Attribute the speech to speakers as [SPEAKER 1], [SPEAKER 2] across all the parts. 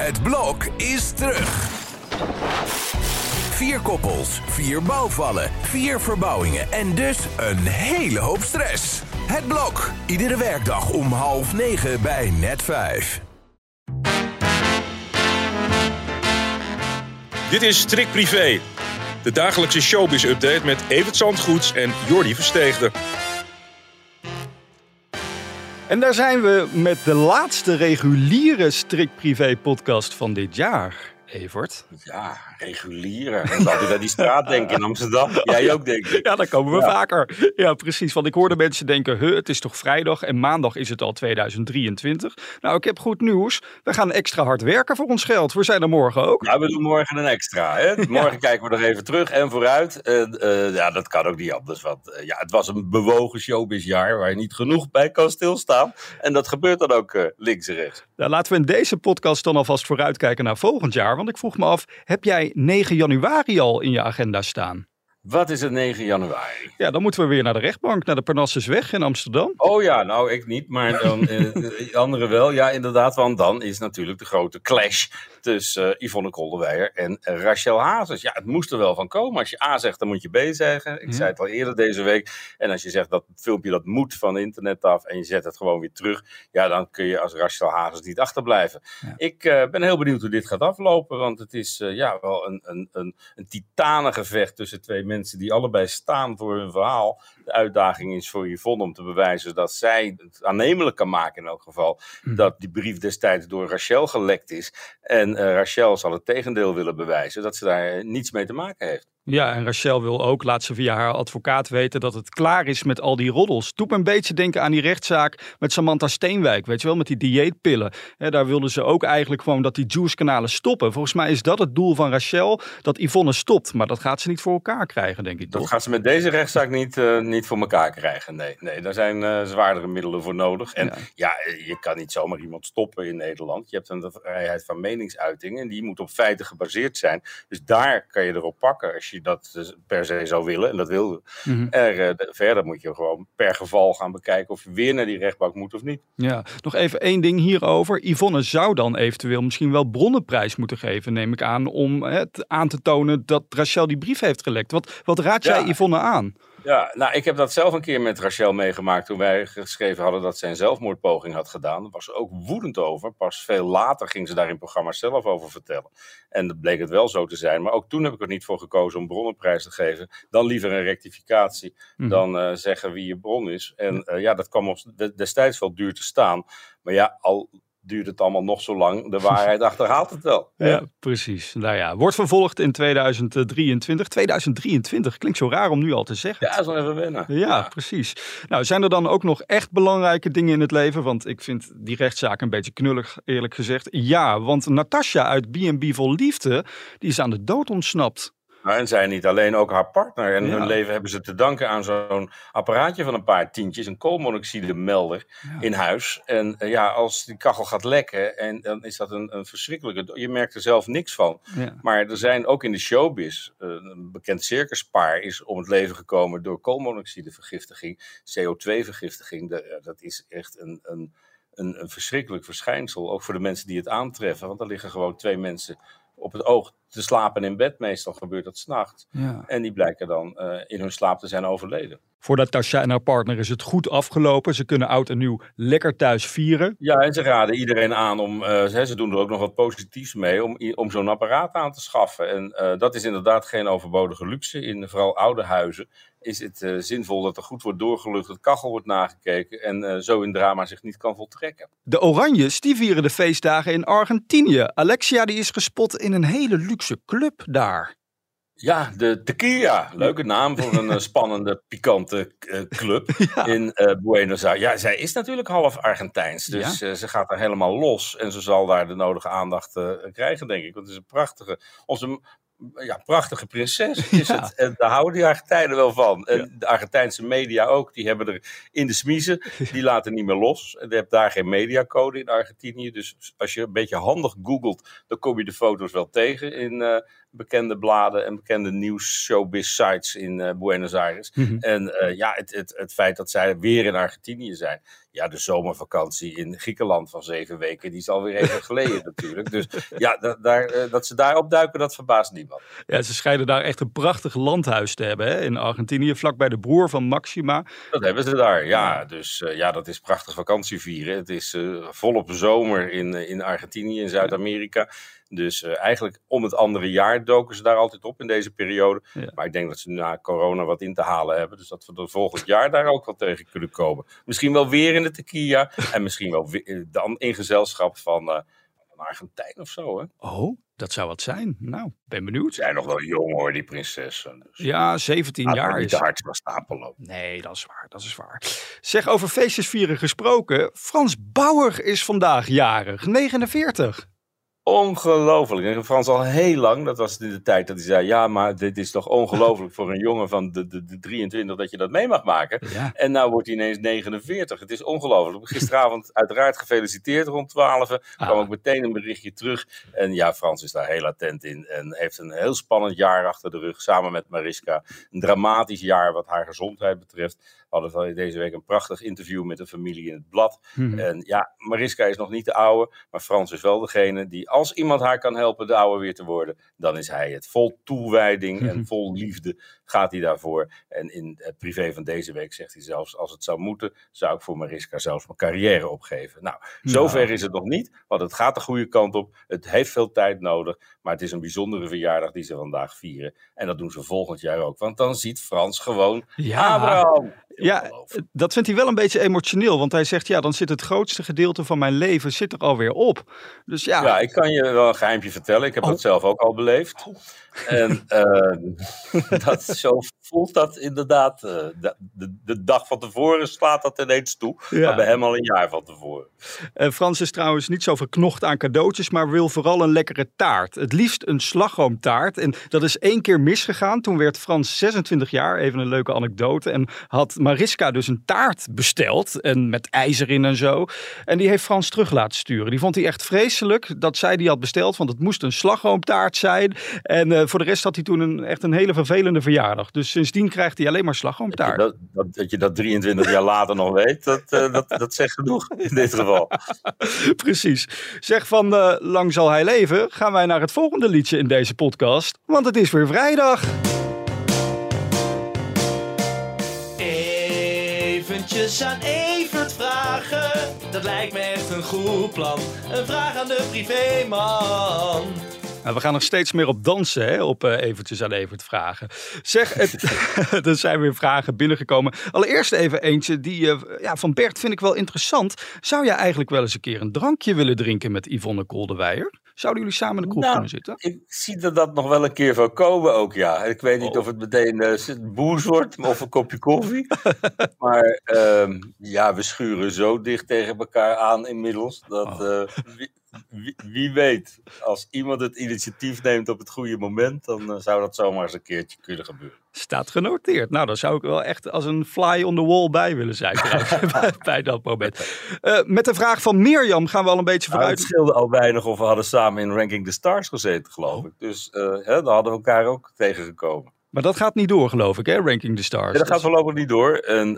[SPEAKER 1] Het blok is terug. 4 koppels, 4 bouwvallen, 4 verbouwingen en dus een hele hoop stress. Het blok, iedere werkdag om 8:30 bij Net5.
[SPEAKER 2] Dit is Trick Privé, de dagelijkse showbiz-update met Evert Zandgoeds en Jordi Versteegde.
[SPEAKER 3] En daar zijn we met de laatste reguliere Trick Privé podcast van dit jaar, Evert.
[SPEAKER 4] Ja, reguliere. Dan zou je aan die straat denken in Amsterdam. Jij ook, denk ik.
[SPEAKER 3] Ja, daar komen we vaker. Ja, precies. Want ik hoorde mensen denken, het is toch vrijdag en maandag is het al 2023. Nou, ik heb goed nieuws. We gaan extra hard werken voor ons geld. We zijn er morgen ook.
[SPEAKER 4] Ja, we doen morgen een extra. Hè? Morgen kijken we nog even terug en vooruit. Ja, dat kan ook niet anders. Want het was een bewogen showbizjaar waar je niet genoeg bij kan stilstaan. En dat gebeurt dan ook links en rechts.
[SPEAKER 3] Nou, laten we in deze podcast dan alvast vooruitkijken naar volgend jaar. Want ik vroeg me af, heb jij 9 januari al in je agenda staan?
[SPEAKER 4] Wat is het 9 januari?
[SPEAKER 3] Ja, dan moeten we weer naar de rechtbank, naar de Parnassusweg in Amsterdam.
[SPEAKER 4] Oh ja, nou ik niet, maar dan anderen wel. Ja, inderdaad, want dan is natuurlijk de grote clash tussen Yvonne Kolderweijer en Rachel Hazes. Ja, het moest er wel van komen. Als je A zegt, dan moet je B zeggen. Ik zei het al eerder deze week. En als je zegt dat het filmpje dat moet van internet af en je zet het gewoon weer terug, ja, dan kun je als Rachel Hazes niet achterblijven. Ja. Ik ben heel benieuwd hoe dit gaat aflopen, want het is wel een titanengevecht tussen twee mensen die allebei staan voor hun verhaal. De uitdaging is voor Yvonne om te bewijzen dat zij het aannemelijk kan maken in elk geval, dat die brief destijds door Rachel gelekt is. En Rachel zal het tegendeel willen bewijzen, dat ze daar niets mee te maken heeft.
[SPEAKER 3] Ja, en Rachel wil ook, laat ze via haar advocaat weten, dat het klaar is met al die roddels. Doet me een beetje denken aan die rechtszaak met Samantha Steenwijk, weet je wel, met die dieetpillen. Daar wilden ze ook eigenlijk gewoon dat die juice-kanalen stoppen. Volgens mij is dat het doel van Rachel, dat Yvonne stopt. Maar dat gaat ze niet voor elkaar krijgen, denk ik toch?
[SPEAKER 4] Dat gaat ze met deze rechtszaak niet voor elkaar krijgen, nee. Daar zijn zwaardere middelen voor nodig. En je kan niet zomaar iemand stoppen in Nederland. Je hebt een vrijheid van meningsuiting en die moet op feiten gebaseerd zijn. Dus daar kan je erop pakken als je dat per se zou willen, en dat wil verder moet je gewoon per geval gaan bekijken of je weer naar die rechtbank moet of niet.
[SPEAKER 3] Ja, nog even één ding hierover. Yvonne zou dan eventueel misschien wel bronnenprijs moeten geven, neem ik aan, om het aan te tonen dat Rachel die brief heeft gelekt. Wat raad jij Yvonne aan?
[SPEAKER 4] Ja, nou, ik heb dat zelf een keer met Rachel meegemaakt toen wij geschreven hadden dat zij een zelfmoordpoging had gedaan. Daar was ze ook woedend over. Pas veel later ging ze daar in het programma zelf over vertellen. En dat bleek het wel zo te zijn. Maar ook toen heb ik er niet voor gekozen om bronnenprijs te geven. Dan liever een rectificatie dan zeggen wie je bron is. En dat kwam ons destijds wel duur te staan. Maar ja, al duurt het allemaal nog zo lang. De waarheid achterhaalt het wel.
[SPEAKER 3] Ja, precies. Nou ja, wordt vervolgd in 2023. 2023 klinkt zo raar om nu al te zeggen.
[SPEAKER 4] Ja, dat is nog even wennen.
[SPEAKER 3] Ja, precies. Nou, zijn er dan ook nog echt belangrijke dingen in het leven? Want ik vind die rechtszaak een beetje knullig, eerlijk gezegd. Ja, want Natasja uit B&B Vol Liefde, die is aan de dood ontsnapt.
[SPEAKER 4] En zij niet alleen, ook haar partner. En hun leven hebben ze te danken aan zo'n apparaatje van een paar tientjes. Een koolmonoxidemelder in huis. En als die kachel gaat lekken, dan is dat een verschrikkelijke... Je merkt er zelf niks van. Ja. Maar er zijn ook in de showbiz... een bekend circuspaar is om het leven gekomen door koolmonoxidevergiftiging. CO2-vergiftiging. Dat is echt een verschrikkelijk verschijnsel. Ook voor de mensen die het aantreffen. Want er liggen gewoon 2 mensen op het oog te slapen in bed. Meestal gebeurt dat 's nachts. Ja. En die blijken dan in hun slaap te zijn overleden.
[SPEAKER 3] Voor Natasja en haar partner is het goed afgelopen. Ze kunnen oud en nieuw lekker thuis vieren.
[SPEAKER 4] Ja, en ze raden iedereen aan om... ze doen er ook nog wat positiefs mee om zo'n apparaat aan te schaffen. En dat is inderdaad geen overbodige luxe. In vooral oude huizen is het zinvol dat er goed wordt doorgelucht, het kachel wordt nagekeken en zo een drama zich niet kan voltrekken.
[SPEAKER 3] De Oranjes die vieren de feestdagen in Argentinië. Alexia die is gespot in een hele luxe club daar.
[SPEAKER 4] Ja, de Tequila. Leuke naam voor een spannende, pikante club in Buenos Aires. Ja, zij is natuurlijk half Argentijns, dus ze gaat daar helemaal los. En ze zal daar de nodige aandacht krijgen, denk ik. Want het is onze prachtige prinses is het. En daar houden die Argentijnen wel van. En de Argentijnse media ook, die hebben er in de smiezen. Die laten niet meer los. En je hebt daar geen mediacode in Argentinië. Dus als je een beetje handig googelt, dan kom je de foto's wel tegen in bekende bladen en bekende nieuws-showbiz-sites in Buenos Aires.
[SPEAKER 3] Mhm.
[SPEAKER 4] En het feit dat zij weer in Argentinië zijn. Ja, de zomervakantie in Griekenland van 7 weken, die is alweer even geleden natuurlijk. Dus ja, dat ze daar opduiken, dat verbaast niemand.
[SPEAKER 3] Ja, ze schijnen daar echt een prachtig landhuis te hebben, hè, in Argentinië, vlakbij de broer van Maxima.
[SPEAKER 4] Dat hebben ze daar, ja. Dus dat is prachtig vakantievieren. Het is volop zomer in Argentinië, in Zuid-Amerika. Dus eigenlijk om het andere jaar doken ze daar altijd op in deze periode.
[SPEAKER 3] Ja.
[SPEAKER 4] Maar ik denk dat ze na corona wat in te halen hebben. Dus dat we er volgend jaar daar ook wel tegen kunnen komen. Misschien wel weer in de tequila. En misschien wel dan in gezelschap van een Argentijn of zo. Hè?
[SPEAKER 3] Oh, dat zou wat zijn. Nou, ben benieuwd.
[SPEAKER 4] Ze zijn nog wel jong hoor, die prinsessen. Dus
[SPEAKER 3] Ja, 17 jaar
[SPEAKER 4] niet
[SPEAKER 3] is
[SPEAKER 4] te hard van stapel lopen.
[SPEAKER 3] Nee, dat is waar. Zeg, over feestjes vieren gesproken. Frans Bauer is vandaag jarig, 49.
[SPEAKER 4] Ongelooflijk. Ik ken Frans al heel lang. Dat was in de tijd dat hij zei, ja, maar dit is toch ongelooflijk voor een jongen van de 23 dat je dat mee mag maken.
[SPEAKER 3] Ja.
[SPEAKER 4] En nou wordt hij ineens 49. Het is ongelooflijk. Gisteravond uiteraard gefeliciteerd rond 12. Kwam ook meteen een berichtje terug. En ja, Frans is daar heel attent in. En heeft een heel spannend jaar achter de rug. Samen met Mariska. Een dramatisch jaar wat haar gezondheid betreft. We hadden deze week een prachtig interview met de familie in het blad. En ja, Mariska is nog niet de oude. Maar Frans is wel degene die, als iemand haar kan helpen de oude weer te worden, dan is hij het. Vol toewijding en vol liefde gaat hij daarvoor. En in het privé van deze week zegt hij zelfs, als het zou moeten, zou ik voor Mariska zelfs mijn carrière opgeven. Nou, zover is het nog niet, want het gaat de goede kant op. Het heeft veel tijd nodig, maar het is een bijzondere verjaardag die ze vandaag vieren. En dat doen ze volgend jaar ook, want dan ziet Frans gewoon Abraham.
[SPEAKER 3] Ja, dat vindt hij wel een beetje emotioneel, want hij zegt, ja, dan zit het grootste gedeelte van mijn leven zit er alweer op. Dus ja.
[SPEAKER 4] Ja, ik kan je wel een geheimpje vertellen. Ik heb dat zelf ook al beleefd. En zo voelt dat inderdaad. De dag van tevoren slaat dat ineens toe. Ja. Maar bij hem al een jaar van tevoren.
[SPEAKER 3] Frans is trouwens niet zo verknocht aan cadeautjes, maar wil vooral een lekkere taart. Het liefst een slagroomtaart. En dat is 1 keer misgegaan. Toen werd Frans 26 jaar. Even een leuke anekdote. En had Mariska dus een taart besteld. En met ijzer in en zo. En die heeft Frans terug laten sturen. Die vond hij echt vreselijk dat zij die had besteld. Want het moest een slagroomtaart zijn. En voor de rest had hij toen echt een hele vervelende verjaardag. Dus sindsdien krijgt hij alleen maar slagroomtaart.
[SPEAKER 4] Dat je dat 23 jaar later nog weet, dat zegt genoeg in dit geval.
[SPEAKER 3] Precies. Zeg, van lang zal hij leven, gaan wij naar het volgende liedje in deze podcast. Want het is weer vrijdag.
[SPEAKER 5] Eventjes aan Evert vragen, dat lijkt me echt een goed plan. Een vraag aan de privéman.
[SPEAKER 3] We gaan nog steeds meer op dansen, hè, op eventjes aan Evert vragen. Zeg, er zijn weer vragen binnengekomen. Allereerst even eentje, die van Bert vind ik wel interessant. Zou jij eigenlijk wel eens een keer een drankje willen drinken met Yvonne Koldewijer? Zouden jullie samen in de kroeg kunnen zitten? Ik
[SPEAKER 4] zie dat nog wel een keer van komen ook, ja. Ik weet niet of het meteen boers wordt of een kopje koffie. Maar we schuren zo dicht tegen elkaar aan inmiddels. Dat wie weet, als iemand het initiatief neemt op het goede moment, dan zou dat zomaar eens een keertje kunnen gebeuren.
[SPEAKER 3] Staat genoteerd. Nou, daar zou ik wel echt als een fly on the wall bij willen zijn bij dat moment. Met de vraag van Mirjam gaan we al een beetje vooruit.
[SPEAKER 4] Het scheelde al weinig of we hadden samen in Ranking the Stars gezeten, geloof ik. Dus daar hadden we elkaar ook tegengekomen.
[SPEAKER 3] Maar dat gaat niet door, geloof ik, hè? Ranking the Stars.
[SPEAKER 4] Ja, dat gaat voorlopig niet door. En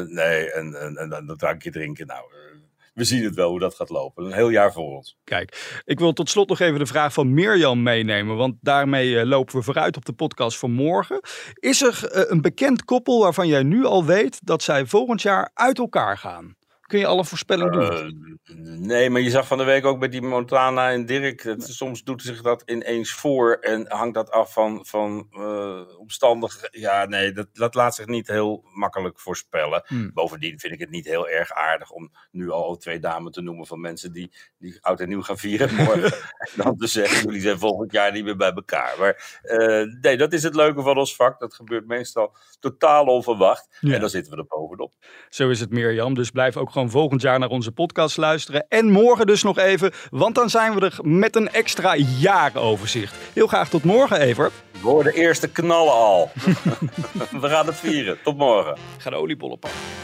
[SPEAKER 4] dat drankje drinken, nou... We zien het wel hoe dat gaat lopen. Een heel jaar voor ons.
[SPEAKER 3] Kijk, ik wil tot slot nog even de vraag van Mirjam meenemen. Want daarmee lopen we vooruit op de podcast van morgen. Is er een bekend koppel waarvan jij nu al weet dat zij volgend jaar uit elkaar gaan? Kun je al een voorspelling doen?
[SPEAKER 4] Nee, maar je zag van de week ook bij die Montana en Dirk. Soms doet zich dat ineens voor en hangt dat af van omstandigheden. Ja, nee, dat laat zich niet heel makkelijk voorspellen. Bovendien vind ik het niet heel erg aardig om nu al 2 dames te noemen van mensen die oud en nieuw gaan vieren morgen. En dan te zeggen, jullie zijn volgend jaar niet meer bij elkaar. Maar nee, dat is het leuke van ons vak. Dat gebeurt meestal totaal onverwacht. Ja. En dan zitten we er bovenop.
[SPEAKER 3] Zo is het, Mirjam. Dus blijf ook gewoon volgend jaar naar onze podcast luisteren. En morgen dus nog even, want dan zijn we er met een extra jaaroverzicht. Heel graag tot morgen, Evert.
[SPEAKER 4] We horen de eerste knallen al. We gaan het vieren. Tot morgen.
[SPEAKER 3] Ga de oliebollen pakken.